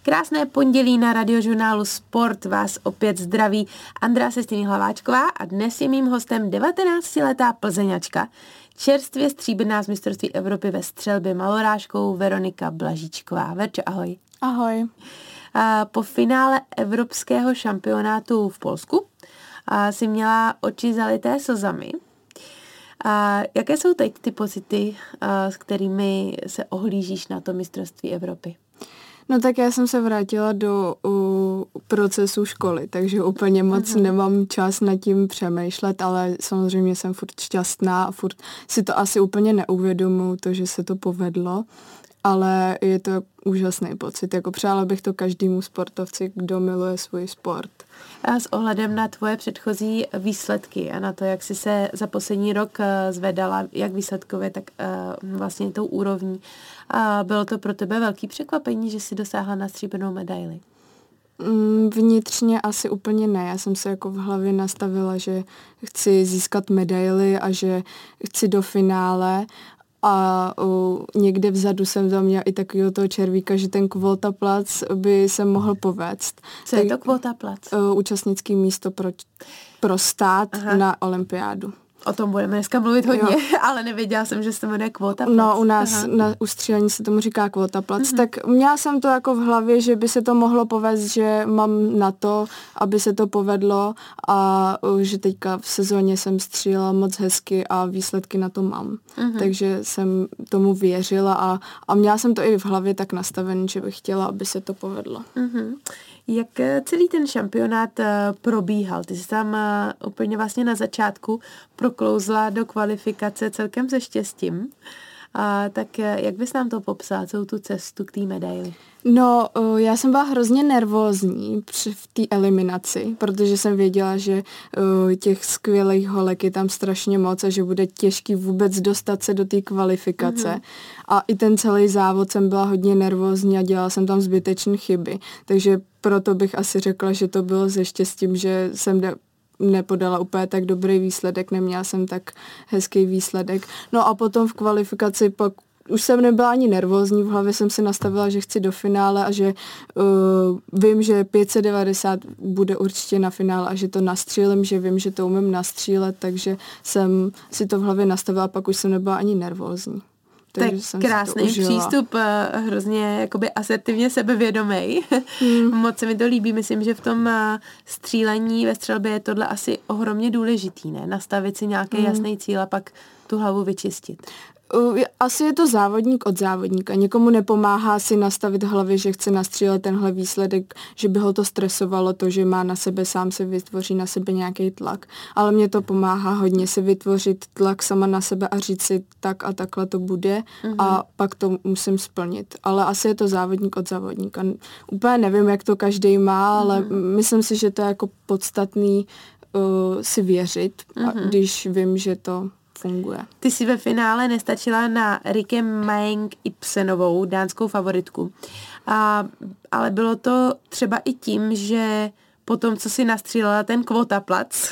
Krásné pondělí na Radiožurnálu Sport vás opět zdraví Andrea Sestýny-Hlaváčková a dnes je mým hostem 19letá Plzeňačka, čerstvě stříbrná z mistrovství Evropy ve střelbě malorážkou Veronika Blažíčková. Verčo, ahoj. Ahoj. Po finále evropského šampionátu v Polsku si měla oči zalité slzami. Jaké jsou teď ty pocity, s kterými se ohlížíš na to mistrovství Evropy? No tak já jsem se vrátila do procesu školy, takže úplně moc nemám čas nad tím přemýšlet, ale samozřejmě jsem furt šťastná a furt si to asi úplně neuvědomuji, to, že se to povedlo, ale je to úžasný pocit, jako přála bych to každému sportovci, kdo miluje svůj sport. A s ohledem na tvoje předchozí výsledky a na to, jak jsi se za poslední rok zvedala, jak výsledkově, tak vlastně tou úrovní, bylo to pro tebe velký překvapení, že jsi dosáhla na stříbrnou medaili? Vnitřně asi úplně ne. Já jsem se jako v hlavě nastavila, že chci získat medaily a že chci do finále. A někde vzadu jsem tam měla i takového toho červíka, že ten kvotaplac by se mohl povést. Co je to kvotaplac? Účastnický místo pro stát na olympiádu. O tom budeme dneska mluvit hodně, ale nevěděla jsem, že se to jmenuje kvotaplac. No, u nás na ustřílení se tomu říká kvotaplac. Tak měla jsem to jako v hlavě, že by se to mohlo povést, že mám na to, aby se to povedlo a že teďka v sezóně jsem střílela moc hezky a výsledky na to mám. Takže jsem tomu věřila a měla jsem to i v hlavě tak nastavený, že bych chtěla, aby se to povedlo. Jak celý ten šampionát probíhal? Ty jsi tam úplně vlastně na začátku proklouzla do kvalifikace celkem se štěstím. Tak jak bys nám to popsala, celou tu cestu k té medaili? No, já jsem byla hrozně nervózní v té eliminaci, protože jsem věděla, že těch skvělých holek je tam strašně moc a že bude těžký vůbec dostat se do té kvalifikace. A i ten celý závod jsem byla hodně nervózní a dělala jsem tam zbytečné chyby. Takže proto bych asi řekla, že to bylo se štěstím, že jsem nepodala úplně tak dobrý výsledek, neměla jsem tak hezký výsledek. No a potom v kvalifikaci pak už jsem nebyla ani nervózní, v hlavě jsem si nastavila, že chci do finále a že vím, že 590 bude určitě na finále a že to nastřílím, že vím, že to umím nastřílet, takže jsem si to v hlavě nastavila a pak už jsem nebyla ani nervózní. Tak krásný přístup, hrozně jakoby asertivně sebevědomý. Moc se mi to líbí, myslím, že v tom střílení ve střelbě je tohle asi ohromně důležitý, ne? Nastavit si nějaký jasný cíl a pak tu hlavu vyčistit. Asi je to závodník od závodníka. Někomu nepomáhá si nastavit v hlavě, že chce nastřílet tenhle výsledek, že by ho to stresovalo to, že má na sebe, sám se vytvoří na sebe nějaký tlak. Ale mě to pomáhá hodně si vytvořit tlak sama na sebe a říct si tak a takhle to bude a pak to musím splnit. Ale asi je to závodník od závodníka. Úplně nevím, jak to každý má, ale myslím si, že to je jako podstatný si věřit, když vím, že to funguje. Ty si ve finále nestačila na Rikke Meyeng Ibsenovou, dánskou favoritku. Ale bylo to třeba i tím, že po tom, co si nastřílela ten kvotaplac,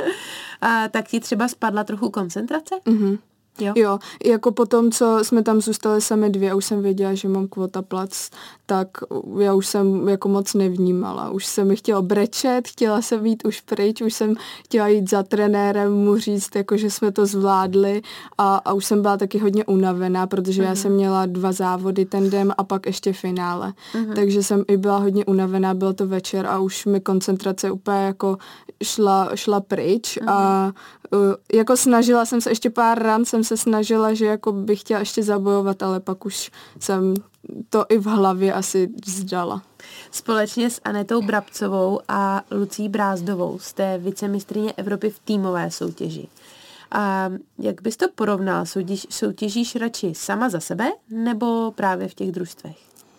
tak ti třeba spadla trochu koncentrace? Jo, jako potom, co jsme tam zůstali sami dvě a už jsem věděla, že mám kvotaplac, tak já už jsem jako moc nevnímala. Už jsem mi chtěla brečet, chtěla jsem jít už pryč, už jsem chtěla jít za trenérem, mu říct, jako, že jsme to zvládli a už jsem byla taky hodně unavená, protože já jsem měla 2 závody ten den a pak ještě finále. Takže jsem i byla hodně unavená, bylo to večer a už mi koncentrace úplně jako šla pryč a jako snažila jsem se ještě pár ran, jsem se snažila, že jako bych chtěla ještě zabojovat, ale pak už jsem to i v hlavě asi vzdala. Společně s Anetou Brabcovou a Lucí Brázdovou jste vicemistryně Evropy v týmové soutěži. A jak bys to porovnal? Soutěžíš radši sama za sebe nebo právě v těch družstvech?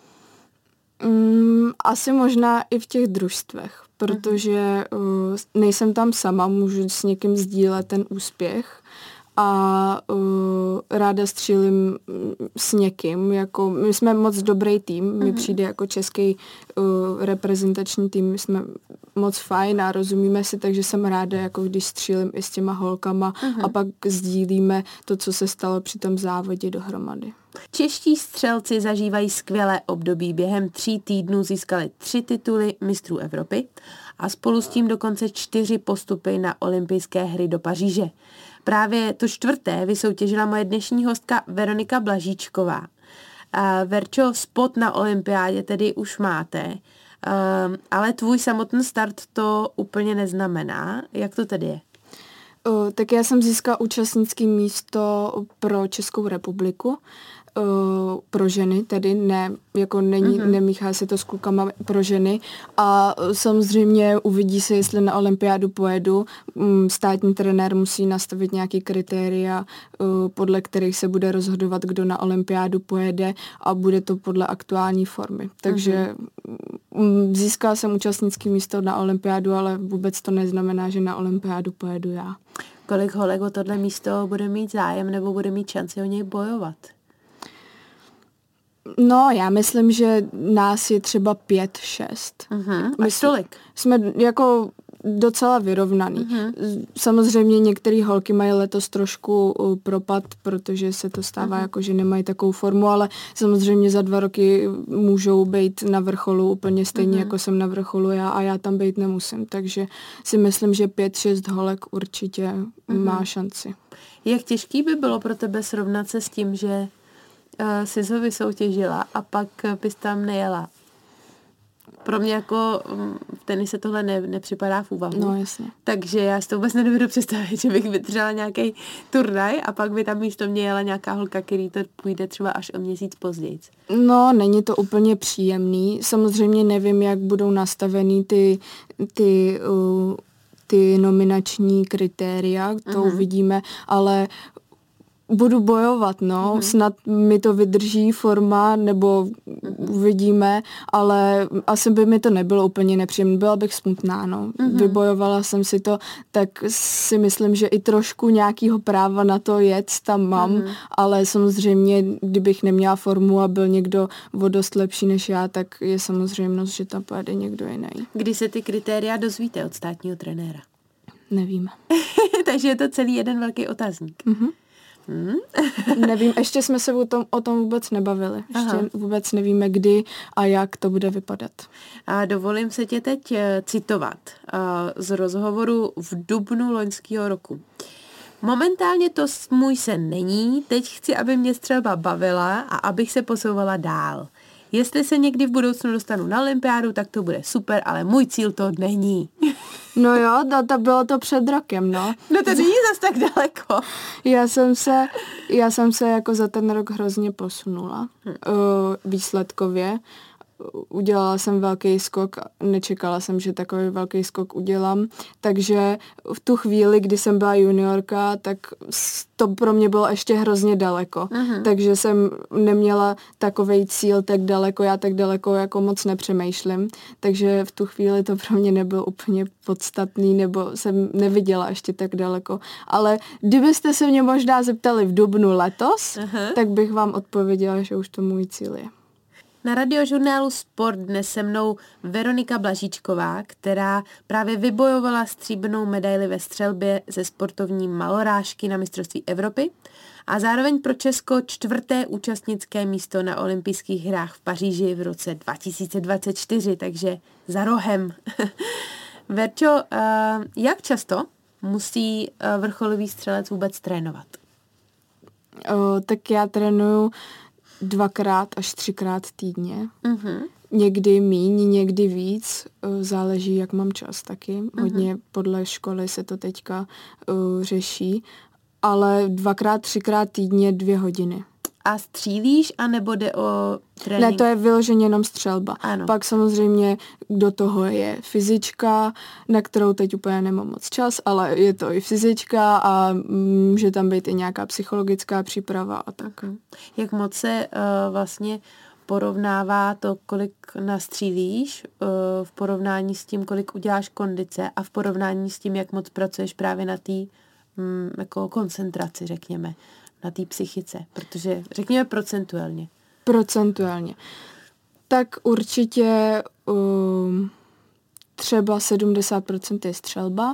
Asi možná i v těch družstvech, protože nejsem tam sama, můžu s někým sdílet ten úspěch a ráda střílím s někým, jako my jsme moc dobrý tým, mi přijde jako český reprezentační tým, my jsme moc fajn a rozumíme si, takže jsem ráda, jako když střílím i s těma holkama a pak sdílíme to, co se stalo při tom závodě dohromady. Čeští střelci zažívají skvělé období. Během 3 týdnů získali 3 tituly mistrů Evropy a spolu s tím dokonce 4 postupy na olympijské hry do Paříže. Právě to 4. vysoutěžila moje dnešní hostka Veronika Blažíčková. Verčo, spot na olympiádě tedy už máte, ale tvůj samotný start to úplně neznamená. Jak to tedy je? Tak já jsem získala účastnické místo pro Českou republiku, pro ženy, tedy ne, jako nemíchá se to s klukama, pro ženy a samozřejmě uvidí se, jestli na olympiádu pojedu. Státní trenér musí nastavit nějaký kritéria, podle kterých se bude rozhodovat, kdo na olympiádu pojede a bude to podle aktuální formy. Takže získala jsem účastnické místo na olympiádu, ale vůbec to neznamená, že na olympiádu pojedu já. Kolik holek o tohle místo bude mít zájem nebo bude mít šanci o něj bojovat? No, já myslím, že nás je třeba 5-6. Až tolik? Jsme jako docela vyrovnaný. Samozřejmě některé holky mají letos trošku propad, protože se to stává jako, že nemají takovou formu, ale samozřejmě za 2 roky můžou být na vrcholu úplně stejně, jako jsem na vrcholu já a já tam být nemusím. Takže si myslím, že 5-6 holek určitě má šanci. Jak těžký by bylo pro tebe srovnat se s tím, že jsi ho vysoutěžila a pak bys tam nejela? Pro mě jako v tenise tohle nepřipadá v úvahu. No, jasně. Takže já si to vůbec nedovedu představit, že bych vydržela nějaký turnaj a pak by tam místo mě jela nějaká holka, který to půjde třeba až o měsíc později. No, není to úplně příjemný. Samozřejmě nevím, jak budou nastavený ty nominační kritéria, to uvidíme, ale budu bojovat, no. Snad mi to vydrží forma, nebo uvidíme, ale asi by mi to nebylo úplně nepříjemné. Byla bych smutná, no. Vybojovala jsem si to, tak si myslím, že i trošku nějakého práva na to jet tam mám, ale samozřejmě, kdybych neměla formu a byl někdo o dost lepší než já, tak je samozřejmost, že tam pojede někdo jiný. Kdy se ty kritéria dozvíte od státního trenéra? Nevíme. Takže je to celý jeden velký otazník. Nevím, ještě jsme se o tom vůbec nebavili. Ještě vůbec nevíme, kdy a jak to bude vypadat. A dovolím se tě teď citovat z rozhovoru v dubnu loňského roku. Momentálně to můj sen není, teď chci, aby mě střelba bavila a abych se posouvala dál. Jestli se někdy v budoucnu dostanu na olympiádu, tak to bude super, ale můj cíl to není. No jo, to bylo to před rokem, no. No to není zas tak daleko. Já jsem se jako za ten rok hrozně posunula výsledkově. Udělala jsem velký skok, nečekala jsem, že takový velký skok udělám, takže v tu chvíli, kdy jsem byla juniorka, tak to pro mě bylo ještě hrozně daleko, takže jsem neměla takovej cíl tak daleko, já tak daleko jako moc nepřemýšlím, takže v tu chvíli to pro mě nebylo úplně podstatný, nebo jsem neviděla ještě tak daleko, ale kdybyste se mě možná zeptali v dubnu letos, tak bych vám odpověděla, že už to můj cíl je. Na radiožurnálu Sport dnes se mnou Veronika Blažíčková, která právě vybojovala stříbrnou medaili ve střelbě ze sportovní malorážky na mistrovství Evropy a zároveň pro Česko 4. účastnické místo na olympijských hrách v Paříži v roce 2024, takže za rohem. Verčo, jak často musí vrcholový střelec vůbec trénovat? Tak já trénuju 2x až 3x týdně. Někdy míň, někdy víc. Záleží, jak mám čas taky. Hodně podle školy se to teďka řeší. Ale 2x, 3x týdně 2 hodiny. A střílíš, anebo jde o trénink? Ne, to je vyloženě jenom střelba. Ano. Pak samozřejmě do toho je fyzička, na kterou teď úplně nemám moc čas, ale je to i fyzička a může tam být i nějaká psychologická příprava a tak. Jak moc se vlastně porovnává to, kolik nastřílíš v porovnání s tím, kolik uděláš kondice a v porovnání s tím, jak moc pracuješ právě na té jako koncentraci, řekněme, na té psychice, protože řekněme procentuálně. Procentuálně. Tak určitě třeba 70% je střelba,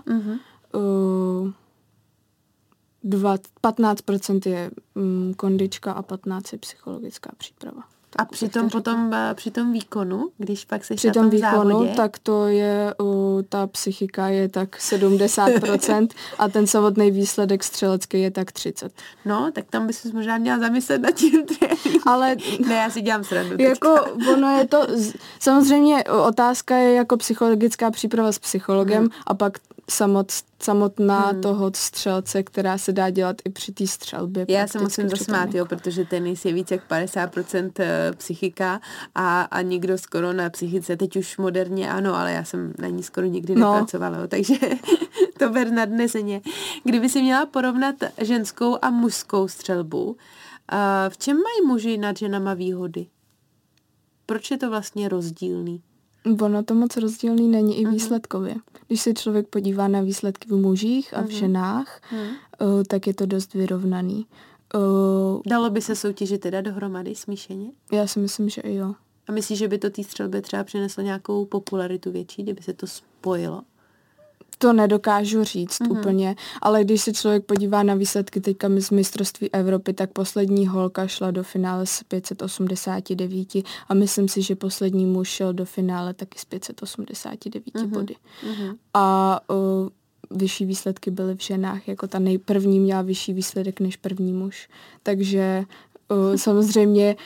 15% je kondička a 15% je psychologická příprava. A přitom potom při tom výkonu, když pak seš při na tom tom výkonu, závodě? tak to je, ta psychika je tak 70% a ten samotný výsledek střelecký je tak 30%. No, tak tam bys možná měla zamyslet nad tím tréninkem. Ale ne, já si dělám srandu. jako ono je to, samozřejmě otázka je jako psychologická příprava s psychologem a pak samotná toho střelce, která se dá dělat i při té střelbě. Já se musím zasmát, jo, protože tenis je víc jak 50% psychika a nikdo skoro na psychice, teď už moderně ano, ale já jsem na ní skoro nikdy nepracovala, jo, takže to ber nadneseně. Kdyby si měla porovnat ženskou a mužskou střelbu, v čem mají muži nad ženama výhody? Proč je to vlastně rozdílný? Ono to moc rozdílný není i výsledkově. Když se člověk podívá na výsledky v mužích a v ženách, tak je to dost vyrovnaný. Dalo by se soutěžit teda dohromady smíšeně? Já si myslím, že i jo. A myslíš, že by to té střelbě třeba přineslo nějakou popularitu větší, kdyby se to spojilo? To nedokážu říct úplně, ale když se člověk podívá na výsledky teďka z mistrovství Evropy, tak poslední holka šla do finále s 589 a myslím si, že poslední muž šel do finále taky s 589 body. A vyšší výsledky byly v ženách, jako ta nejprvní měla vyšší výsledek než první muž. Takže samozřejmě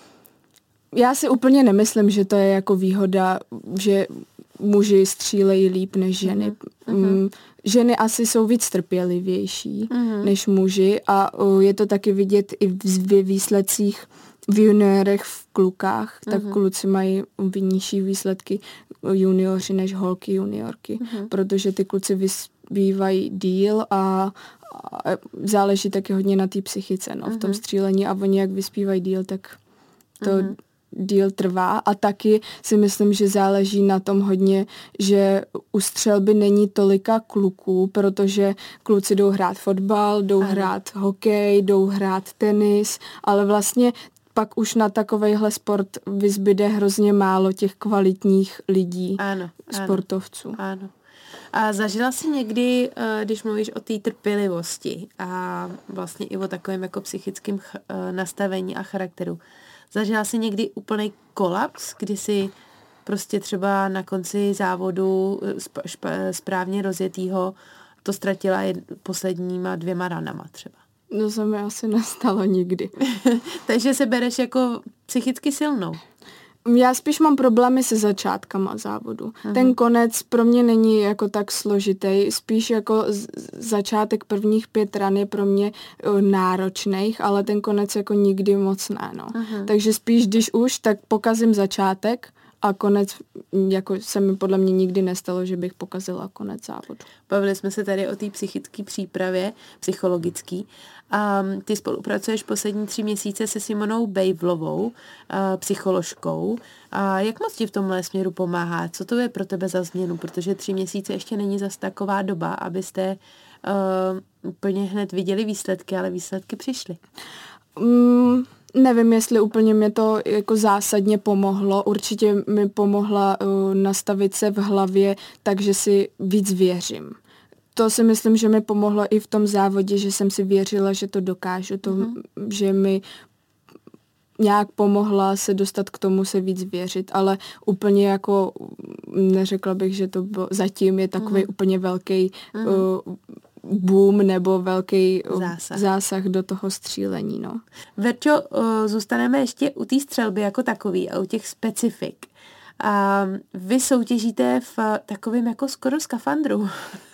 já si úplně nemyslím, že to je jako výhoda, že muži střílejí líp než ženy. Ženy asi jsou víc trpělivější než muži a je to taky vidět i ve výsledcích v juniorech, v klukách, tak kluci mají nižší výsledky junioři než holky juniorky, protože ty kluci vyspívají díl a záleží taky hodně na té psychice, no, v tom střílení a oni jak vyspívají díl, tak to díl trvá a taky si myslím, že záleží na tom hodně, že u střelby není tolika kluků, protože kluci jdou hrát fotbal, jdou hrát hokej, jdou hrát tenis, ale vlastně pak už na takovejhle sport vyzbyde hrozně málo těch kvalitních lidí, sportovců. Ano. A zažila jsi někdy, když mluvíš o té trpělivosti a vlastně i o takovém jako psychickém nastavení a charakteru, zažila jsi někdy úplný kolaps, kdy jsi prostě třeba na konci závodu správně rozjetýho to ztratila posledníma 2 ranama třeba? To se mi asi nestalo nikdy. Takže se bereš jako psychicky silnou? Já spíš mám problémy se začátkama závodu. Ten konec pro mě není jako tak složitý, spíš jako začátek prvních 5 ran je pro mě náročných, ale ten konec jako nikdy moc ne, no. Takže spíš, když už, tak pokazím začátek a konec, jako se mi podle mě nikdy nestalo, že bych pokazila konec závodu. Bavili jsme se tady o té psychické přípravě, psychologický. Ty spolupracuješ poslední 3 měsíce se Simonou Bejvlovou, psycholožkou. Jak moc ti v tomhle směru pomáhá? Co to je pro tebe za změnu? Protože 3 měsíce ještě není zas taková doba, abyste úplně hned viděli výsledky, ale výsledky přišly. Nevím, jestli úplně mě to jako zásadně pomohlo. Určitě mi pomohla nastavit se v hlavě, takže si víc věřím. To si myslím, že mi pomohlo i v tom závodě, že jsem si věřila, že to dokážu, že mi nějak pomohla se dostat k tomu se víc věřit, ale úplně jako neřekla bych, že to bylo, zatím je takový úplně velký boom nebo velký zásah do toho střílení. No. Verčo, zůstaneme ještě u té střelby jako takový a u těch specifik. Vy soutěžíte v takovém jako skoro skafandru.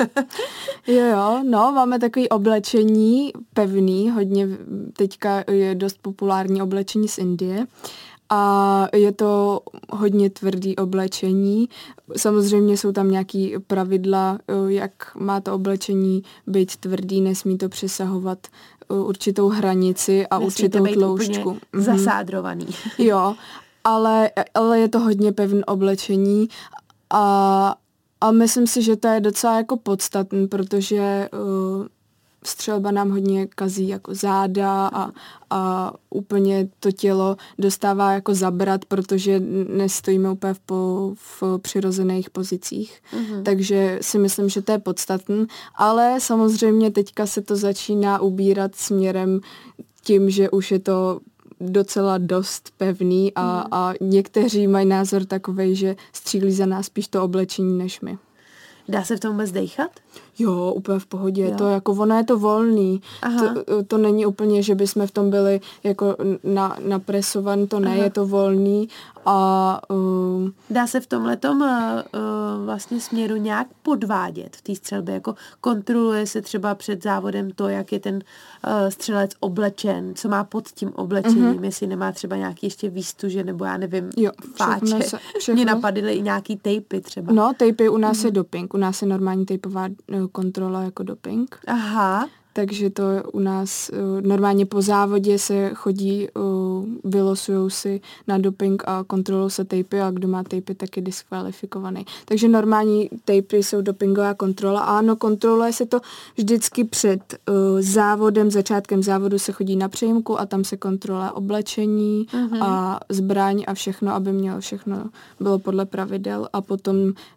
Jo, no, máme takový oblečení pevný, hodně teďka je dost populární oblečení z Indie a je to hodně tvrdý oblečení. Samozřejmě jsou tam nějaký pravidla, jak má to oblečení být tvrdý, nesmí to přesahovat určitou hranici a určitou tloušťku. Zasádrovaný. Jo, ale je to hodně pevné oblečení a myslím si, že to je docela jako podstatné, protože střelba nám hodně kazí jako záda a úplně to tělo dostává jako zabrat, protože nestojíme úplně v přirozených pozicích. Takže si myslím, že to je podstatné, ale samozřejmě teďka se to začíná ubírat směrem tím, že už je to docela dost pevný a někteří mají názor takovej, že střílí za nás spíš to oblečení než my. Dá se v tom vůbec dejchat? Jo, úplně v pohodě. Jo. To jako, ono je to volný. To není úplně, že bychom v tom byli jako napresovaný, to ne, je to volný. A dá se v tomhletom vlastně směru nějak podvádět v té střelbě? Jako kontroluje se třeba před závodem to, jak je ten střelec oblečen, co má pod tím oblečením, jestli nemá třeba nějaký ještě výstuže, nebo já nevím, fáče. Mě napadly i nějaký tejpy třeba. No, tejpy u nás je doping. U nás je normální tejpová kontrola jako doping. Aha. Takže to u nás normálně po závodě se chodí, vylosujou si na doping a kontrolují se tejpy a kdo má tejpy, tak je diskvalifikovaný. Takže normální tejpy jsou dopingová kontrola a ano, kontroluje se to vždycky před závodem, začátkem závodu se chodí na přejímku a tam se kontroluje oblečení a zbraň a všechno, aby mělo všechno bylo podle pravidel a potom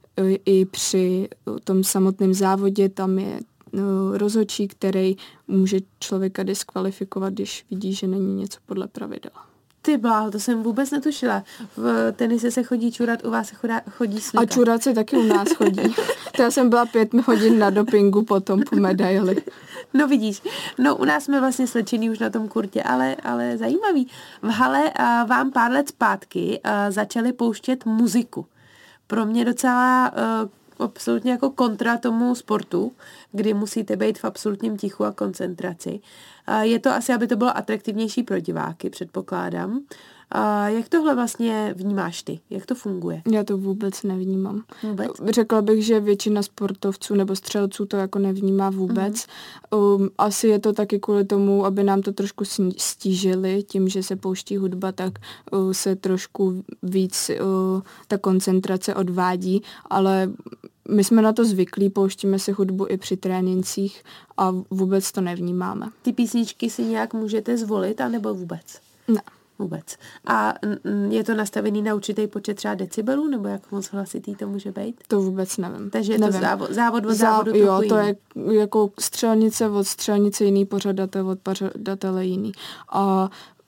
i při tom samotném závodě tam je rozhodčí, který může člověka diskvalifikovat, když vidí, že není něco podle pravidel. Ty bláho, to jsem vůbec netušila. V tenise se chodí čurat, u vás se chodí slikat. A čurat se taky u nás chodí. To já jsem byla 5 hodin na dopingu potom po medaili. No vidíš, no u nás jsme vlastně slečený už na tom kurtě, ale zajímavý. V hale vám pár let zpátky začali pouštět muziku. Pro mě docela absolutně jako kontra tomu sportu, kdy musíte být v absolutním tichu a koncentraci. Je to asi, aby to bylo atraktivnější pro diváky, předpokládám. Jak tohle vlastně vnímáš ty? Jak to funguje? Já to vůbec nevnímám. Vůbec? Řekla bych, že většina sportovců nebo střelců to jako nevnímá vůbec. Asi je to taky kvůli tomu, aby nám to trošku stížili. Tím, že se pouští hudba, tak se trošku víc ta koncentrace odvádí, ale my jsme na to zvyklí, pouštíme si hudbu i při trénincích a vůbec to nevnímáme. Ty písničky si nějak můžete zvolit, anebo vůbec? Ne. Vůbec. A je to nastavený na určitý počet třeba decibelů, nebo jak moc hlasitý to může být? To vůbec nevím. Takže je to závod od závodu jo, trochu to jiný. Je jako střelnice od střelnice jiný, pořadatel od pořadatele jiný. A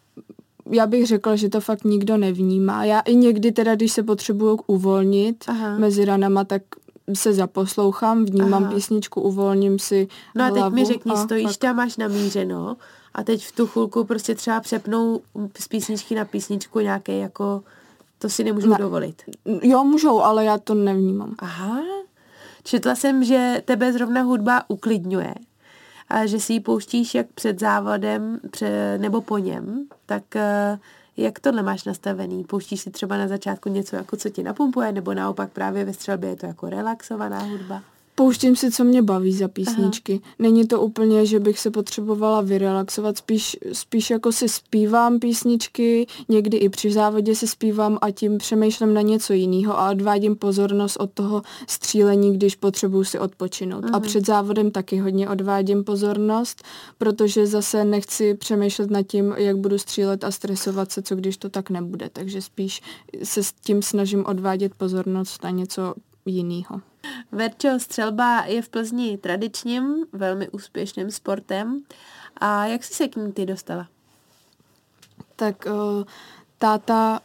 já bych řekla, že to fakt nikdo nevnímá. Já i někdy teda, když se potřebuju uvolnit mezi ranama, tak se zaposlouchám, vnímám písničku, uvolním si hlavu. No a teď mi řekni, stojíš fakt tam, máš namířeno a teď v tu chvilku prostě třeba přepnou z písničky na písničku nějaké jako, to si nemůžu dovolit. Jo, můžou, ale já to nevnímám. Aha. Četla jsem, že tebe zrovna hudba uklidňuje. A že si ji pouštíš jak před závodem nebo po něm, tak jak tohle máš nastavený? Pouštíš si třeba na začátku něco, jako co ti napumpuje, nebo naopak právě ve střelbě je to jako relaxovaná hudba? Pouštím si, co mě baví za písničky. Není to úplně, že bych se potřebovala vyrelaxovat, spíš jako si zpívám písničky, někdy i při závodě si zpívám a tím přemýšlím na něco jiného a odvádím pozornost od toho střílení, když potřebuju si odpočinout. A před závodem taky hodně odvádím pozornost, protože zase nechci přemýšlet nad tím, jak budu střílet a stresovat se, co když to tak nebude. Takže spíš se s tím snažím odvádět pozornost na něco jiného. Verčo, střelba je v Plzni tradičním, velmi úspěšným sportem. A jak jsi se k ní ty dostala? Tak táta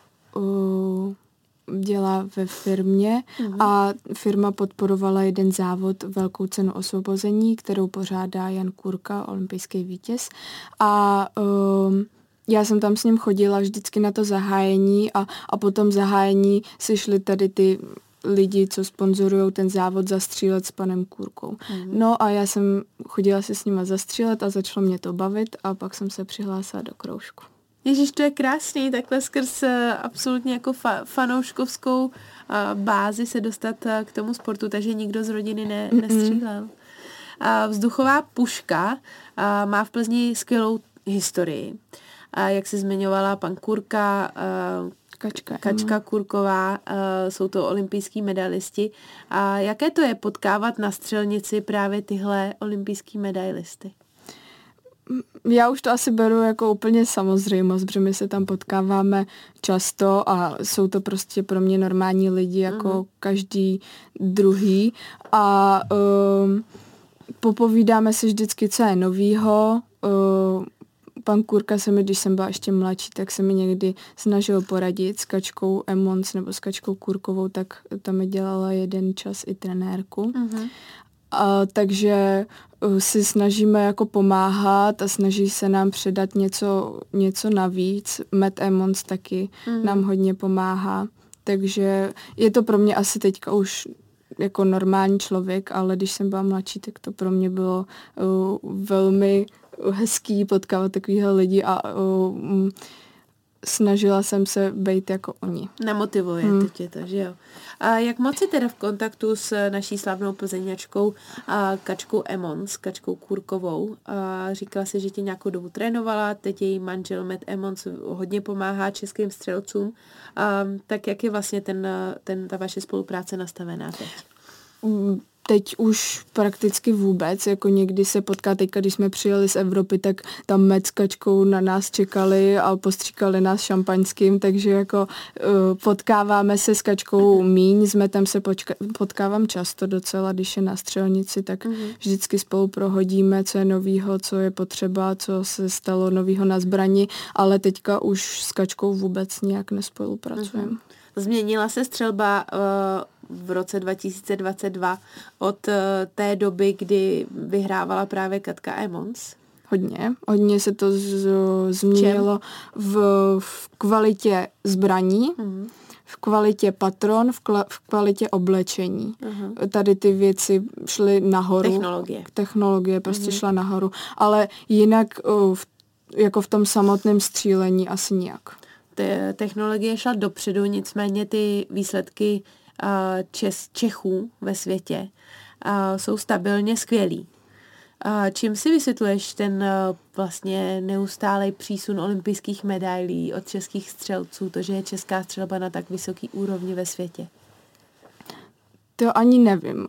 dělá ve firmě a firma podporovala jeden závod, Velkou cenu osvobození, kterou pořádá Jan Kurka, olympijský vítěz. A já jsem tam s ním chodila vždycky na to zahájení a po tom zahájení se šly tady ty lidi, co sponzorují ten závod, zastřílet s panem Kurkou. No a já jsem chodila se s nima zastřílet a začalo mě to bavit a pak jsem se přihlásila do kroužku. Ježíš, to je krásný, takhle skrz absolutně jako fanouškovskou bázi se dostat k tomu sportu, takže nikdo z rodiny nestřílel. Vzduchová puška má v Plzni skvělou historii. a jak jsi zmiňovala, pan Kurka, Kačka Kurková, jsou to olympijský medailisty. A jaké to je potkávat na střelnici právě tyhle olympijský medailisty? Já už to asi beru jako úplně samozřejmost, protože my se tam potkáváme často a jsou to prostě pro mě normální lidi jako každý druhý a popovídáme si vždycky, co je novýho. Pan Kurka se mi, když jsem byla ještě mladší, tak se mi někdy snažil poradit s Kačkou Emons nebo s Kačkou Kurkovou, tak tam mi dělala jeden čas i trenérku. Takže si snažíme jako pomáhat a snaží se nám předat něco navíc. Matt Emons taky nám hodně pomáhá. Takže je to pro mě asi teďka už jako normální člověk, ale když jsem byla mladší, tak to pro mě bylo velmi hezký potkávat takovýhle lidi a snažila jsem se být jako oni. Nemotivuje tě to, že jo. A jak moc jsi teda v kontaktu s naší slavnou plzeňačkou Kačkou Emons, Kačkou Kurkovou? Říkala si, že tě nějakou dobu trénovala, teď její manžel Matt Emons hodně pomáhá českým střelcům. Tak jak je vlastně ta vaše spolupráce nastavená teď? Teď už prakticky vůbec, jako někdy se potká, teďka když jsme přijeli z Evropy, tak tam Matt s Kačkou na nás čekali a postříkali nás šampaňským, takže jako potkáváme se s Kačkou míň, s Mattem se potkávám často docela, když je na střelnici, tak vždycky spolu prohodíme, co je novýho, co je potřeba, co se stalo novýho na zbrani, ale teďka už s Kačkou vůbec nějak nespolupracujeme. Změnila se střelba v roce 2022 od té doby, kdy vyhrávala právě Katka Emons? Hodně se to změnilo v kvalitě zbraní, v kvalitě patron, v kvalitě oblečení. Tady ty věci šly nahoru. Technologie prostě šla nahoru, ale jinak jako v tom samotném střílení asi nijak. Technologie šla dopředu, nicméně ty výsledky Čechů ve světě jsou stabilně skvělý. Čím si vysvětluješ ten vlastně neustálý přísun olympijských medailí od českých střelců, to, že je česká střelba na tak vysoký úrovni ve světě? To ani nevím.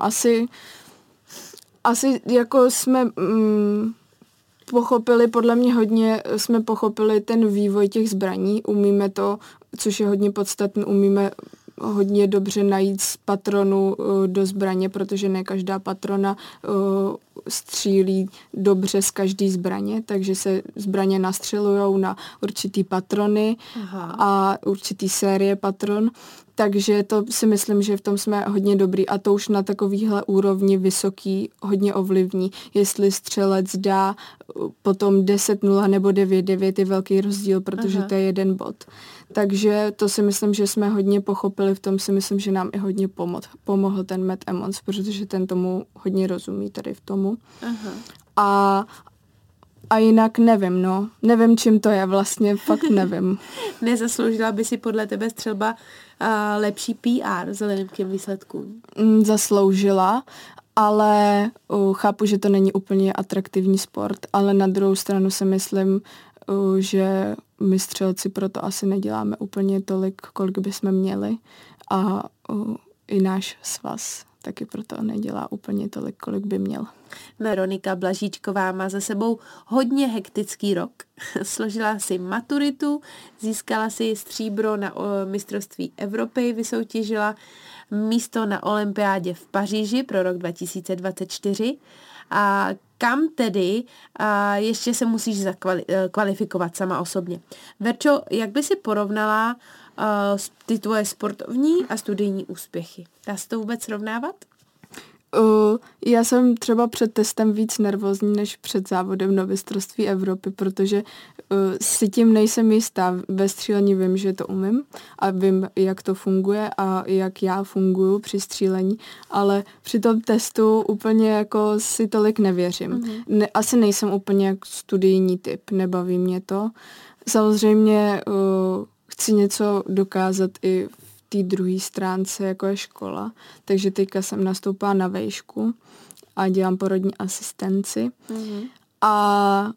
Asi jako jsme pochopili, podle mě hodně jsme pochopili ten vývoj těch zbraní, umíme to, což je hodně podstatné, umíme hodně dobře najít z patronu do zbraně, protože ne každá patrona střílí dobře z každý zbraně, takže se zbraně nastřelujou na určitý patrony a určitý série patron. Takže to si myslím, že v tom jsme hodně dobrý a to už na takovýhle úrovni vysoký hodně ovlivní. Jestli střelec dá potom 10-0 nebo 9-9 je velký rozdíl, protože to je jeden bod. Takže to si myslím, že jsme hodně pochopili, v tom si myslím, že nám i hodně pomohl ten Matt Emons, protože ten tomu hodně rozumí tady v tomu. A jinak nevím, nevím, čím to je vlastně, fakt nevím. Nezasloužila by si podle tebe střelba lepší PR vzhledem k těm výsledkům? Zasloužila, ale chápu, že to není úplně atraktivní sport, ale na druhou stranu si myslím, že my střelci proto asi neděláme úplně tolik, kolik bychom měli a i náš svaz taky proto nedělá úplně tolik, kolik by měl. Veronika Blažíčková má za sebou hodně hektický rok. Složila si maturitu, získala si stříbro na mistrovství Evropy, vysoutěžila místo na olympiádě v Paříži pro rok 2024 a kam tedy ještě se musíš kvalifikovat sama osobně. Verčo, jak by si porovnala ty tvoje sportovní a studijní úspěchy? Dá se to vůbec srovnávat? Já jsem třeba před testem víc nervózní než před závodem na mistrovství Evropy, protože si tím nejsem jistá. Ve střílení vím, že to umím a vím, jak to funguje a jak já funguju při střílení, ale při tom testu úplně jako si tolik nevěřím. Asi nejsem úplně jak studijní typ, nebaví mě to. Samozřejmě chci něco dokázat i v té druhé stránce, jako je škola. Takže teďka jsem nastoupila na vejšku a dělám porodní asistenci. A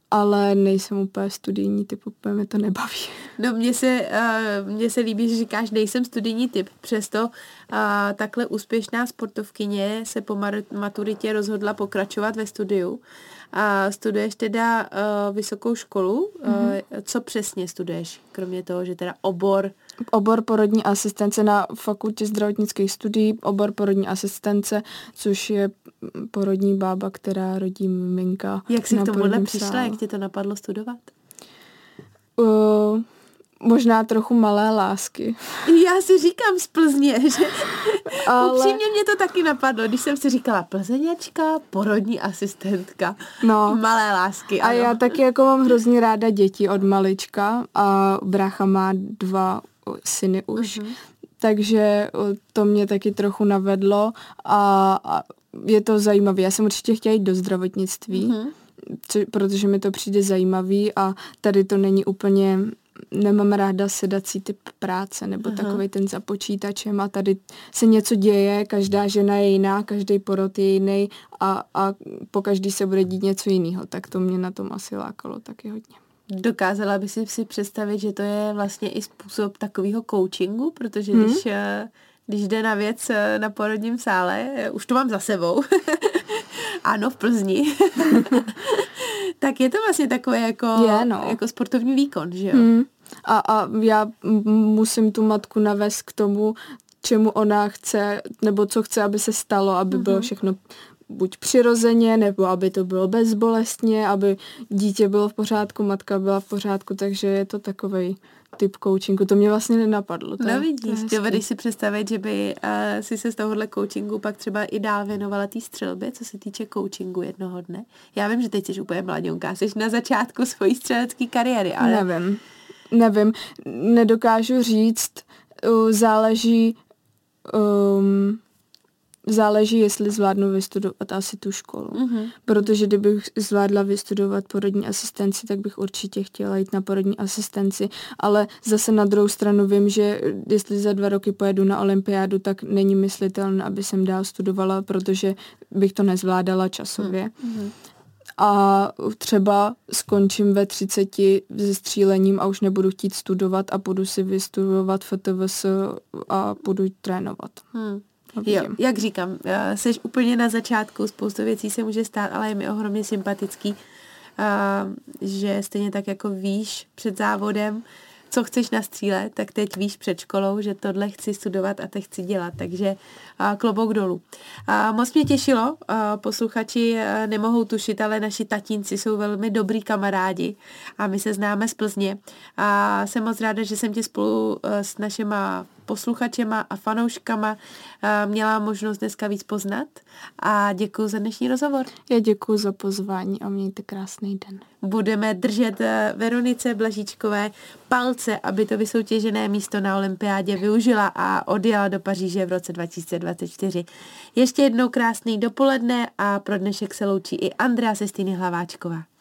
ale nejsem úplně studijní typ, úplně mě to nebaví. No mně se líbí, že říkáš, nejsem studijní typ, přesto takhle úspěšná sportovkyně se po maturitě rozhodla pokračovat ve studiu. Studuješ teda vysokou školu. Co přesně studuješ, kromě toho, že teda obor Porodní asistence na fakultě zdravotnických studií, obor porodní asistence, což je porodní bába, která rodí miminka. Jak jsi k tomuhle přišla, jak tě to napadlo studovat? Možná trochu malé lásky. Já si říkám z Plzně, že upřímně mě to taky napadlo, když jsem si říkala Plzeňačka, porodní asistentka, malé lásky. Ano. A já taky jako mám hrozně ráda děti od malička a brácha má 2 syny už, takže to mě taky trochu navedlo a je to zajímavé. Já jsem určitě chtěla jít do zdravotnictví, protože mi to přijde zajímavý a tady to není úplně, nemám ráda sedací typ práce nebo takovej ten za počítačem a tady se něco děje, každá žena je jiná, každý porod je jiný a po každý se bude dít něco jiného, tak to mě na tom asi lákalo taky hodně. Dokázala by si představit, že to je vlastně i způsob takového coachingu, protože když jde na věc na porodním sále, už to mám za sebou, ano, v Plzni, tak je to vlastně takové jako sportovní výkon, že jo? A já musím tu matku navést k tomu, čemu ona chce, nebo co chce, aby se stalo, aby bylo všechno buď přirozeně, nebo aby to bylo bezbolestně, aby dítě bylo v pořádku, matka byla v pořádku, takže je to takovej typ coachingu. To mě vlastně nenapadlo. No vidíš, dovedeš si představit, že by si se z tohohle coachingu pak třeba i dál věnovala té střelbě, co se týče coachingu jednoho dne. Já vím, že teď jsi úplně mladňonka, jsi na začátku svojí střelecké kariéry, ale... Nevím. Nedokážu říct, záleží, jestli zvládnu vystudovat asi tu školu. Protože kdybych zvládla vystudovat porodní asistenci, tak bych určitě chtěla jít na porodní asistenci. Ale zase na druhou stranu vím, že jestli za 2 roky pojedu na olympiádu, tak není myslitelné, aby jsem dál studovala, protože bych to nezvládala časově. A třeba skončím ve 30 se střílením a už nebudu chtít studovat a půjdu si vystudovat FTVS a půjdu trénovat. Jo, jak říkám, jsi úplně na začátku, spoustu věcí se může stát, ale je mi ohromně sympatický, že stejně tak jako víš před závodem, co chceš nastřílet, tak teď víš před školou, že tohle chci studovat a teď chci dělat, takže klobouk dolů. Moc mě těšilo, posluchači nemohou tušit, ale naši tatínci jsou velmi dobrý kamarádi a my se známe z Plzně a jsem moc ráda, že jsem tě spolu s našima posluchačema a fanouškama měla možnost dneska víc poznat a děkuji za dnešní rozhovor. Já děkuji za pozvání a mějte krásný den. Budeme držet Veronice Blažíčkové palce, aby to vysoutěžené místo na olympiádě využila a odjela do Paříže v roce 2024. Ještě jednou krásný dopoledne a pro dnešek se loučí i Andrea Sestýny Hlaváčková.